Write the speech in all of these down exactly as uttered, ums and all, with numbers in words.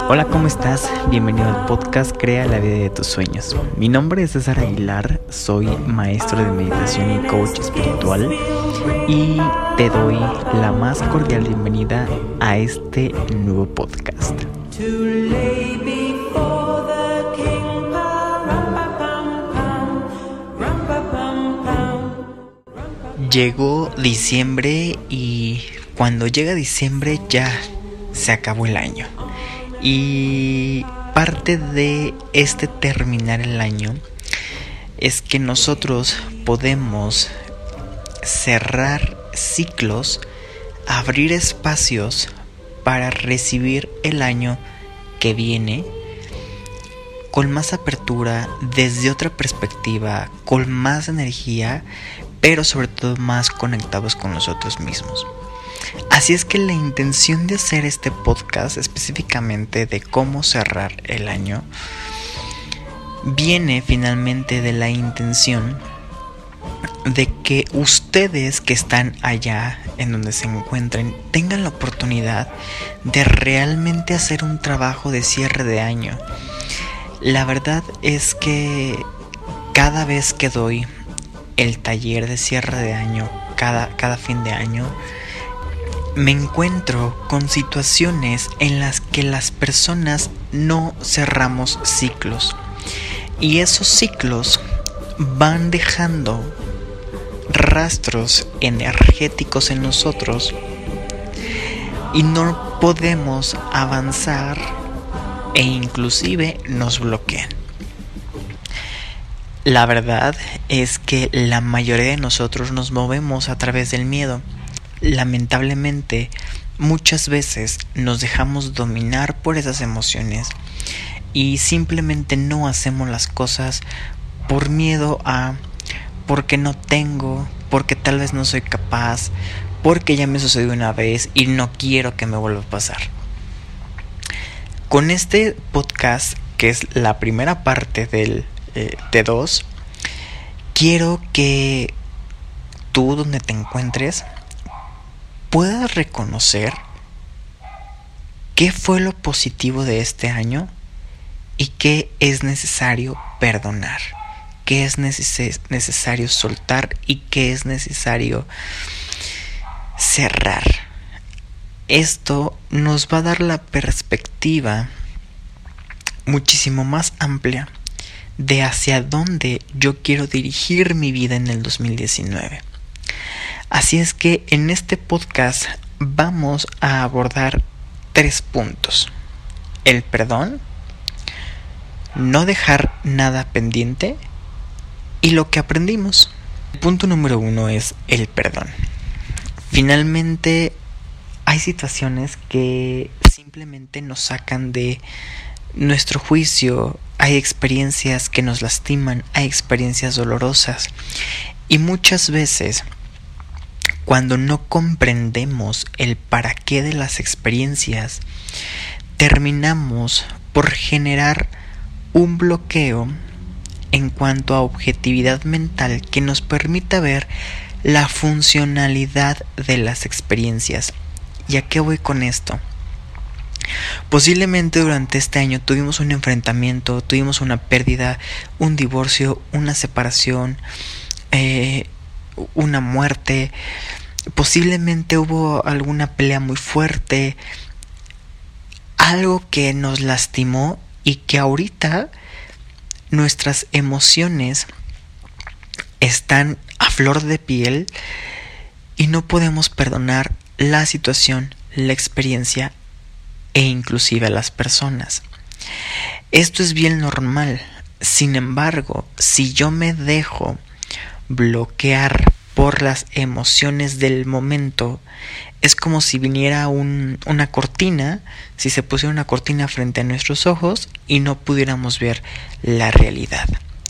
Hola, ¿cómo estás? Bienvenido al podcast Crea la vida de tus sueños. Mi nombre es César Aguilar, soy maestro de meditación y coach espiritual y te doy la más cordial bienvenida a este nuevo podcast. Llegó diciembre y cuando llega diciembre ya se acabó el año. Y parte de este terminar el año es que nosotros podemos cerrar ciclos, abrir espacios para recibir el año que viene con más apertura, desde otra perspectiva, con más energía, pero sobre todo más conectados con nosotros mismos. Así es que la intención de hacer este podcast, específicamente de cómo cerrar el año, viene finalmente de la intención de que ustedes que están allá en donde se encuentren tengan la oportunidad de realmente hacer un trabajo de cierre de año. La verdad es que cada vez que doy el taller de cierre de año, cada, cada fin de año, me encuentro con situaciones en las que las personas no cerramos ciclos. Y esos ciclos van dejando rastros energéticos en nosotros y no podemos avanzar e inclusive nos bloquean. La verdad es que la mayoría de nosotros nos movemos a través del miedo. Lamentablemente, muchas veces nos dejamos dominar por esas emociones y simplemente no hacemos las cosas por miedo a, porque no tengo, porque tal vez no soy capaz, porque ya me sucedió una vez y no quiero que me vuelva a pasar. Con este podcast, que es la primera parte del eh, de dos, quiero que tú, donde te encuentres, puedas reconocer qué fue lo positivo de este año y qué es necesario perdonar, qué es neces- necesario soltar y qué es necesario cerrar. Esto nos va a dar la perspectiva muchísimo más amplia de hacia dónde yo quiero dirigir mi vida en el dos mil diecinueve. Así es que en este podcast vamos a abordar tres puntos: el perdón, no dejar nada pendiente y lo que aprendimos. El punto número uno es el perdón. Finalmente, hay situaciones que simplemente nos sacan de nuestro juicio, hay experiencias que nos lastiman, hay experiencias dolorosas y muchas veces cuando no comprendemos el para qué de las experiencias, terminamos por generar un bloqueo en cuanto a objetividad mental que nos permita ver la funcionalidad de las experiencias. ¿Y a qué voy con esto? Posiblemente durante este año tuvimos un enfrentamiento, tuvimos una pérdida, un divorcio, una separación, eh, una muerte. Posiblemente hubo alguna pelea muy fuerte, algo que nos lastimó y que ahorita nuestras emociones están a flor de piel y no podemos perdonar la situación, la experiencia e inclusive a las personas. Esto es bien normal. Sin embargo, si yo me dejo bloquear por las emociones del momento, es como si viniera un, una cortina, si se pusiera una cortina frente a nuestros ojos y no pudiéramos ver la realidad.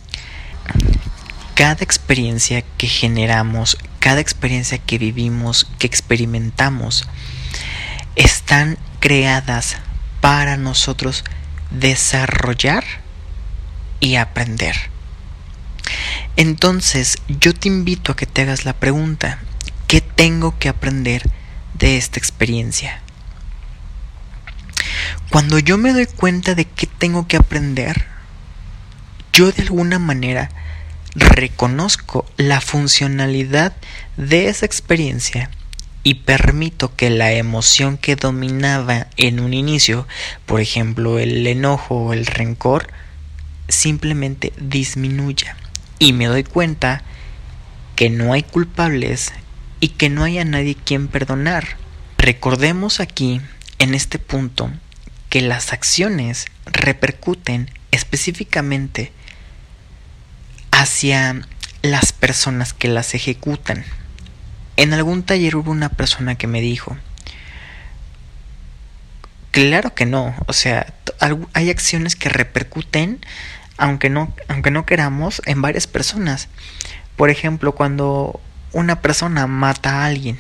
Cada experiencia que generamos, cada experiencia que vivimos, que experimentamos, están creadas para nosotros desarrollar y aprender. Entonces, yo te invito a que te hagas la pregunta: ¿qué tengo que aprender de esta experiencia? Cuando yo me doy cuenta de que tengo que aprender, yo de alguna manera reconozco la funcionalidad de esa experiencia y permito que la emoción que dominaba en un inicio, por ejemplo el enojo o el rencor, simplemente disminuya. Y me doy cuenta que no hay culpables y que no hay a nadie quien perdonar. Recordemos aquí, en este punto, que las acciones repercuten específicamente hacia las personas que las ejecutan. En algún taller hubo una persona que me dijo, claro que no, o sea, hay acciones que repercuten, aunque no, aunque no queramos, en varias personas. Por ejemplo, cuando una persona mata a alguien,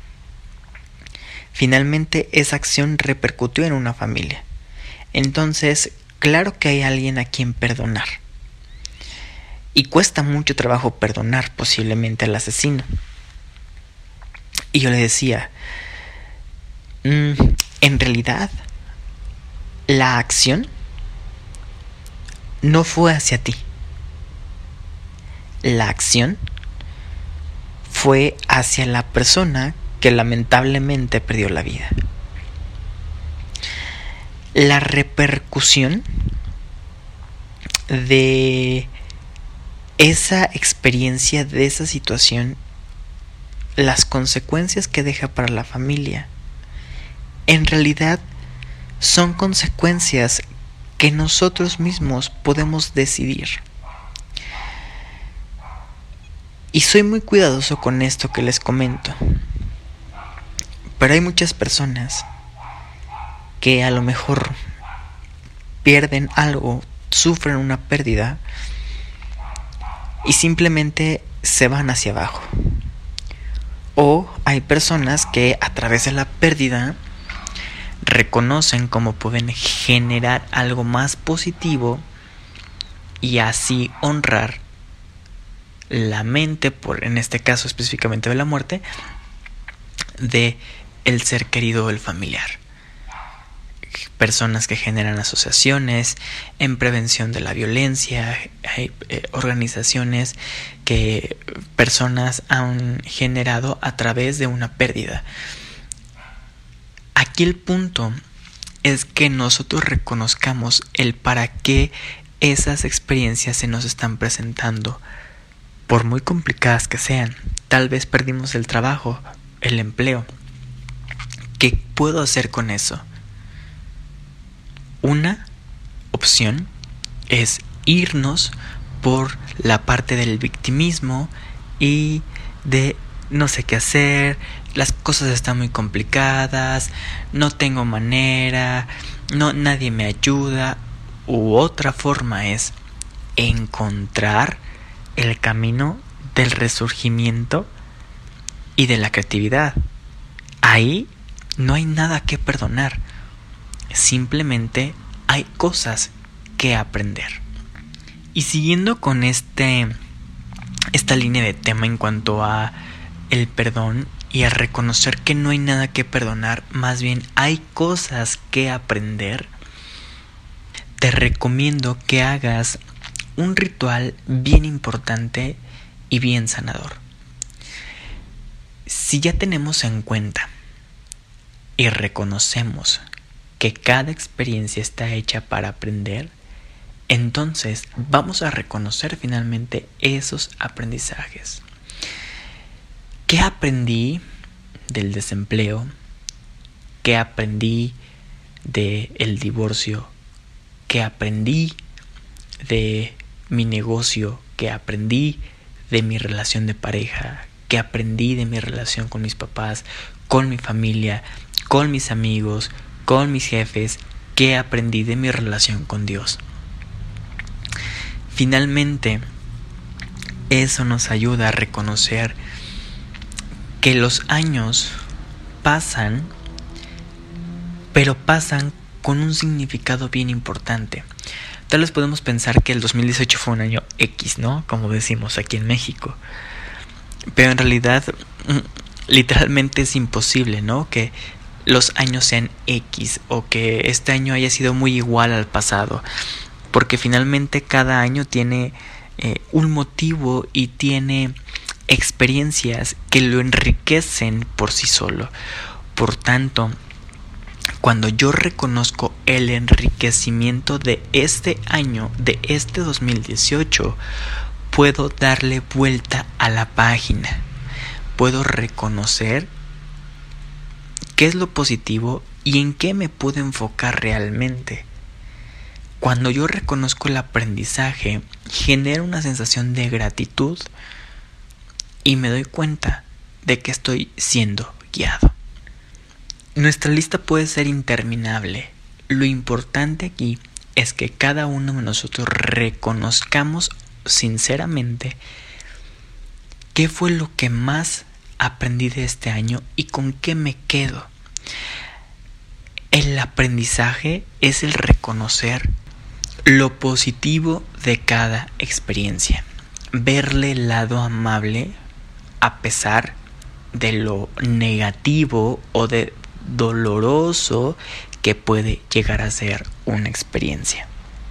finalmente esa acción repercutió en una familia. Entonces, claro que hay alguien a quien perdonar. Y cuesta mucho trabajo perdonar posiblemente al asesino. Y yo le decía, mmm, en realidad, la acción no fue hacia ti. La acción fue hacia la persona que lamentablemente perdió la vida. La repercusión de esa experiencia, de esa situación, las consecuencias que deja para la familia, en realidad son consecuencias que nosotros mismos podemos decidir. Y soy muy cuidadoso con esto que les comento. Pero hay muchas personas que a lo mejor pierden algo, sufren una pérdida y simplemente se van hacia abajo. O hay personas que a través de la pérdida reconocen cómo pueden generar algo más positivo y así honrar la mente, por en este caso específicamente de la muerte, de el ser querido o el familiar. Personas que generan asociaciones en prevención de la violencia, hay eh, organizaciones que personas han generado a través de una pérdida. Aquí el punto es que nosotros reconozcamos el para qué esas experiencias se nos están presentando, por muy complicadas que sean. Tal vez perdimos el trabajo, el empleo. ¿Qué puedo hacer con eso? Una opción es irnos por la parte del victimismo y de no sé qué hacer, las cosas están muy complicadas, no tengo manera, no, nadie me ayuda. U otra forma es encontrar el camino del resurgimiento y de la creatividad. Ahí no hay nada que perdonar. Simplemente hay cosas que aprender. Y siguiendo con este esta línea de tema en cuanto a el perdón y a reconocer que no hay nada que perdonar, más bien hay cosas que aprender, te recomiendo que hagas un ritual bien importante y bien sanador. Si ya tenemos en cuenta y reconocemos que cada experiencia está hecha para aprender, entonces vamos a reconocer finalmente esos aprendizajes. ¿Qué aprendí del desempleo? ¿Qué aprendí del divorcio? ¿Qué aprendí de mi negocio? ¿Qué aprendí de mi relación de pareja? ¿Qué aprendí de mi relación con mis papás, con mi familia, con mis amigos, con mis jefes? ¿Qué aprendí de mi relación con Dios? Finalmente, eso nos ayuda a reconocer que los años pasan, pero pasan con un significado bien importante. Tal vez podemos pensar que el dos mil dieciocho fue un año X, ¿no? Como decimos aquí en México. Pero en realidad, literalmente es imposible, ¿no? Que los años sean X o que este año haya sido muy igual al pasado, porque finalmente cada año tiene eh, un motivo y tiene experiencias que lo enriquecen por sí solo. Por tanto, cuando yo reconozco el enriquecimiento de este año, de este dos mil dieciocho, puedo darle vuelta a la página. Puedo reconocer qué es lo positivo y en qué me puedo enfocar realmente. Cuando yo reconozco el aprendizaje, genero una sensación de gratitud y me doy cuenta de que estoy siendo guiado. Nuestra lista puede ser interminable. Lo importante aquí es que cada uno de nosotros reconozcamos sinceramente qué fue lo que más aprendí de este año y con qué me quedo. El aprendizaje es el reconocer lo positivo de cada experiencia, verle el lado amable a pesar de lo negativo o de doloroso que puede llegar a ser una experiencia.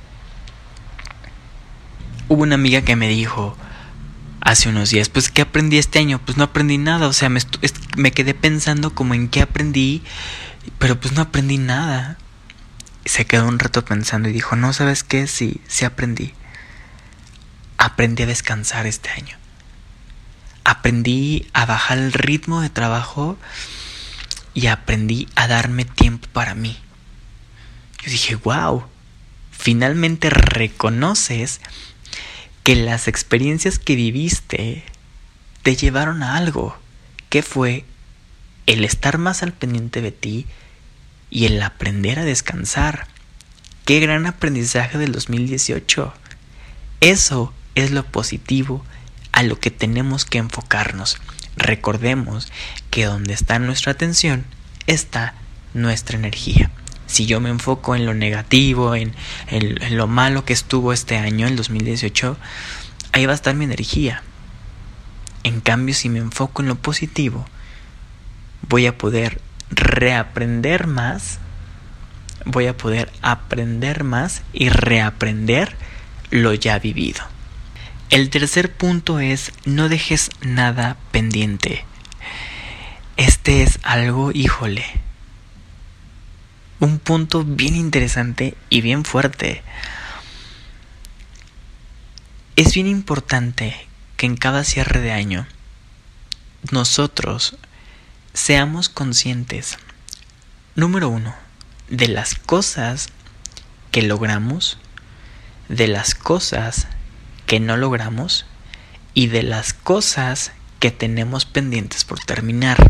Hubo una amiga que me dijo hace unos días, pues ¿qué aprendí este año? Pues no aprendí nada, o sea, me, estu- me quedé pensando como en qué aprendí, pero pues no aprendí nada. Se quedó un rato pensando y dijo, no, ¿sabes qué? Sí, sí aprendí. Aprendí a descansar este año. Aprendí a bajar el ritmo de trabajo y aprendí a darme tiempo para mí. Yo dije, wow, finalmente reconoces que las experiencias que viviste te llevaron a algo, que fue el estar más al pendiente de ti y el aprender a descansar. ¡Qué gran aprendizaje del dos mil dieciocho! Eso es lo positivo a lo que tenemos que enfocarnos. Recordemos que donde está nuestra atención está nuestra energía. Si yo me enfoco en lo negativo, en, en, en lo malo que estuvo este año, el dos mil dieciocho, ahí va a estar mi energía. En cambio, si me enfoco en lo positivo, voy a poder reaprender más, voy a poder aprender más y reaprender lo ya vivido. El tercer punto es, no dejes nada pendiente. Este es algo, híjole, un punto bien interesante y bien fuerte. Es bien importante que en cada cierre de año nosotros seamos conscientes, número uno, de las cosas que logramos, de las cosas que no logramos y de las cosas que tenemos pendientes por terminar.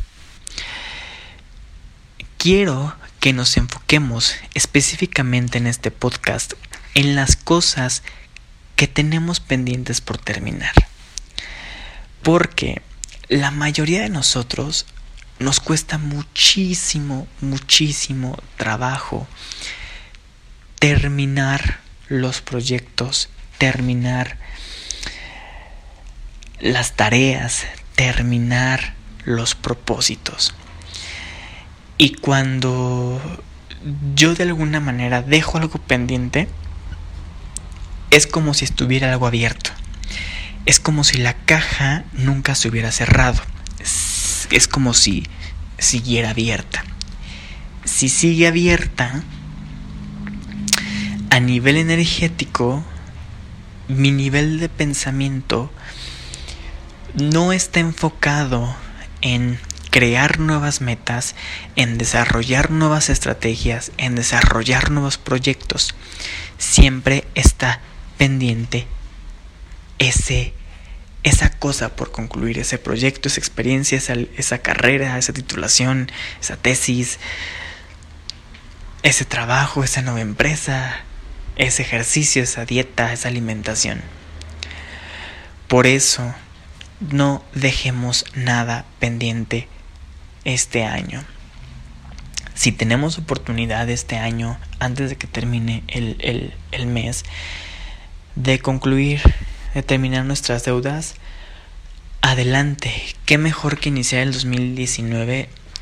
Quiero que nos enfoquemos específicamente en este podcast en las cosas que tenemos pendientes por terminar, porque la mayoría de nosotros nos cuesta muchísimo, muchísimo trabajo terminar los proyectos, terminar las tareas, terminar los propósitos. Y cuando yo de alguna manera dejo algo pendiente, es como si estuviera algo abierto. Es como si la caja nunca se hubiera cerrado. Es, es como si siguiera abierta. Si sigue abierta, a nivel energético, mi nivel de pensamiento no está enfocado en crear nuevas metas, en desarrollar nuevas estrategias, en desarrollar nuevos proyectos. Siempre está pendiente ese, esa cosa por concluir, ese proyecto, esa experiencia, esa, esa carrera, esa titulación, esa tesis, ese trabajo, esa nueva empresa, ese ejercicio, esa dieta, esa alimentación. Por eso, no dejemos nada pendiente este año. Si tenemos oportunidad este año, antes de que termine el, el, el mes, de concluir, de terminar nuestras deudas, adelante. Qué mejor que iniciar el dos mil diecinueve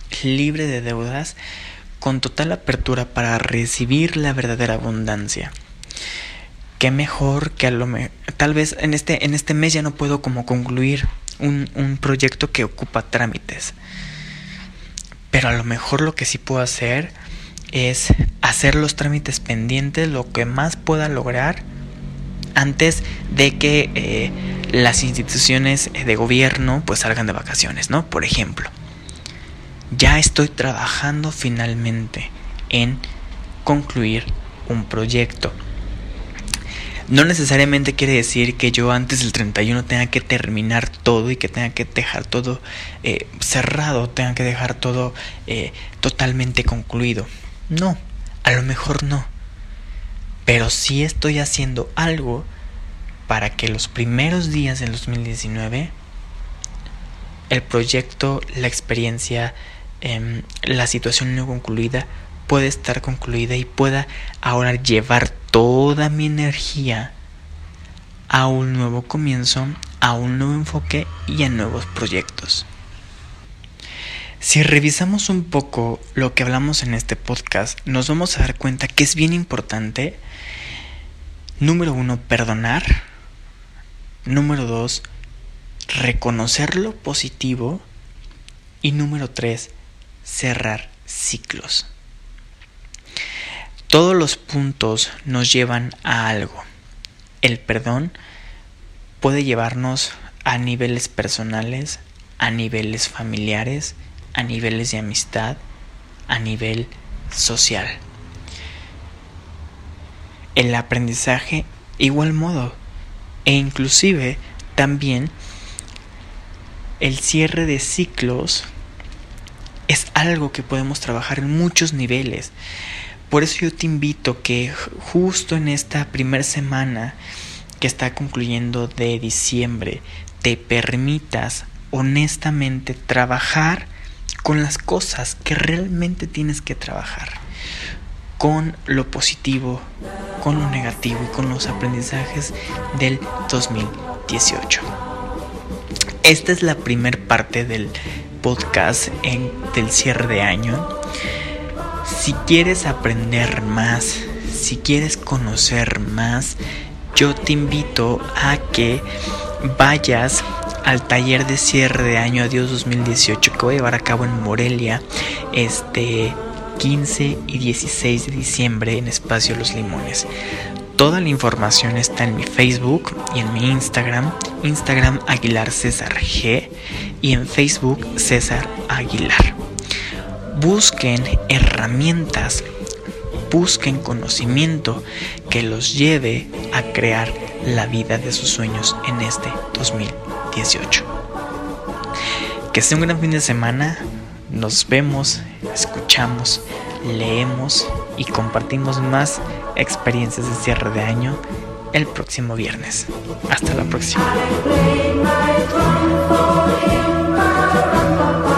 libre de deudas, con total apertura para recibir la verdadera abundancia. Qué mejor que a lo me- tal vez en este, en este mes ya no puedo como concluir un, un proyecto que ocupa trámites. Pero a lo mejor lo que sí puedo hacer es hacer los trámites pendientes lo que más pueda lograr antes de que eh, las instituciones de gobierno pues salgan de vacaciones, ¿no? Por ejemplo, ya estoy trabajando finalmente en concluir un proyecto. No necesariamente quiere decir que yo antes del treinta y uno tenga que terminar todo y que tenga que dejar todo eh, cerrado, tenga que dejar todo eh, totalmente concluido. No, a lo mejor no. Pero sí estoy haciendo algo para que los primeros días del dos mil diecinueve el proyecto, la experiencia, eh, la situación no concluida pueda estar concluida y pueda ahora llevar toda mi energía a un nuevo comienzo, a un nuevo enfoque y a nuevos proyectos. Si revisamos un poco lo que hablamos en este podcast, nos vamos a dar cuenta que es bien importante, número uno, perdonar. Número dos, reconocer lo positivo. Y número tres, cerrar ciclos. Todos los puntos nos llevan a algo. El perdón puede llevarnos a niveles personales, a niveles familiares, a niveles de amistad, a nivel social. El aprendizaje, igual modo, e inclusive también el cierre de ciclos es algo que podemos trabajar en muchos niveles. Por eso yo te invito que justo en esta primera semana que está concluyendo de diciembre te permitas honestamente trabajar con las cosas que realmente tienes que trabajar, con lo positivo, con lo negativo y con los aprendizajes del dos mil dieciocho. Esta es la primera parte del podcast en, del cierre de año. Si quieres aprender más, si quieres conocer más, yo te invito a que vayas al taller de cierre de año Adiós dos mil dieciocho que voy a llevar a cabo en Morelia este quince y dieciséis de diciembre en Espacio Los Limones. Toda la información está en mi Facebook y en mi Instagram, Instagram Aguilar César G y en Facebook César Aguilar. Busquen herramientas, busquen conocimiento que los lleve a crear la vida de sus sueños en este dos mil dieciocho. Que sea un gran fin de semana. Nos vemos, escuchamos, leemos y compartimos más experiencias de cierre de año el próximo viernes. Hasta la próxima.